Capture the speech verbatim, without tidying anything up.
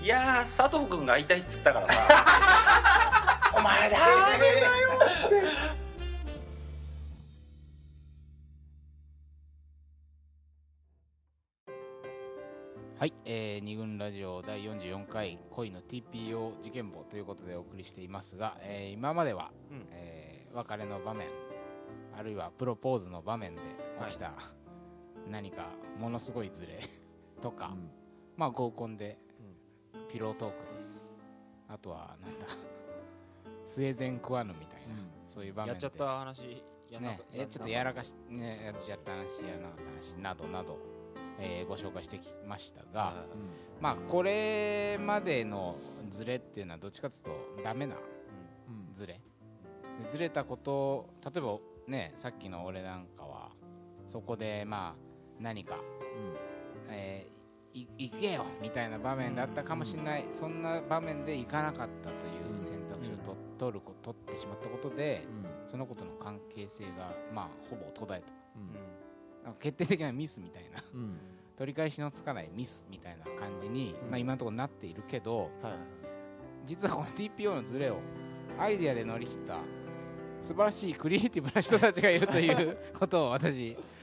いやー佐藤君が会いたいっつったからさお前ダメだよってはい、えー、二軍ラジオだいよんじゅうよんかい恋の ティーピーオー 事件簿ということでお送りしていますが、えー、今までは、うんえー、別れの場面あるいはプロポーズの場面で起きた何かものすごいズレとか、うん、まあ合コンで、うん、ピロートークであとはなんだ杖前食わぬみたいな、うん、そういう場面でやっちゃった話やねえちょっとやらかし、ね、やっちゃった話やらなかった話などなどえー、ご紹介してきましたが、うん、まあこれまでのズレっていうのはどっちかというとダメなズレ、うん、ずれたこと例えばねさっきの俺なんかはそこでまあ何か、うんえー、い行けよみたいな場面だったかもしれない、うん、そんな場面で行かなかったという選択肢をと、うん、取る取ってしまったことで、うん、そのことの関係性がまあほぼ途絶えた、うん決定的なミスみたいな、うん、取り返しのつかないミスみたいな感じに、うんまあ、今のところなっているけど、はい、実はこの ティーピーオー のズレをアイデアで乗り切った素晴らしいクリエイティブな人たちがいるということを私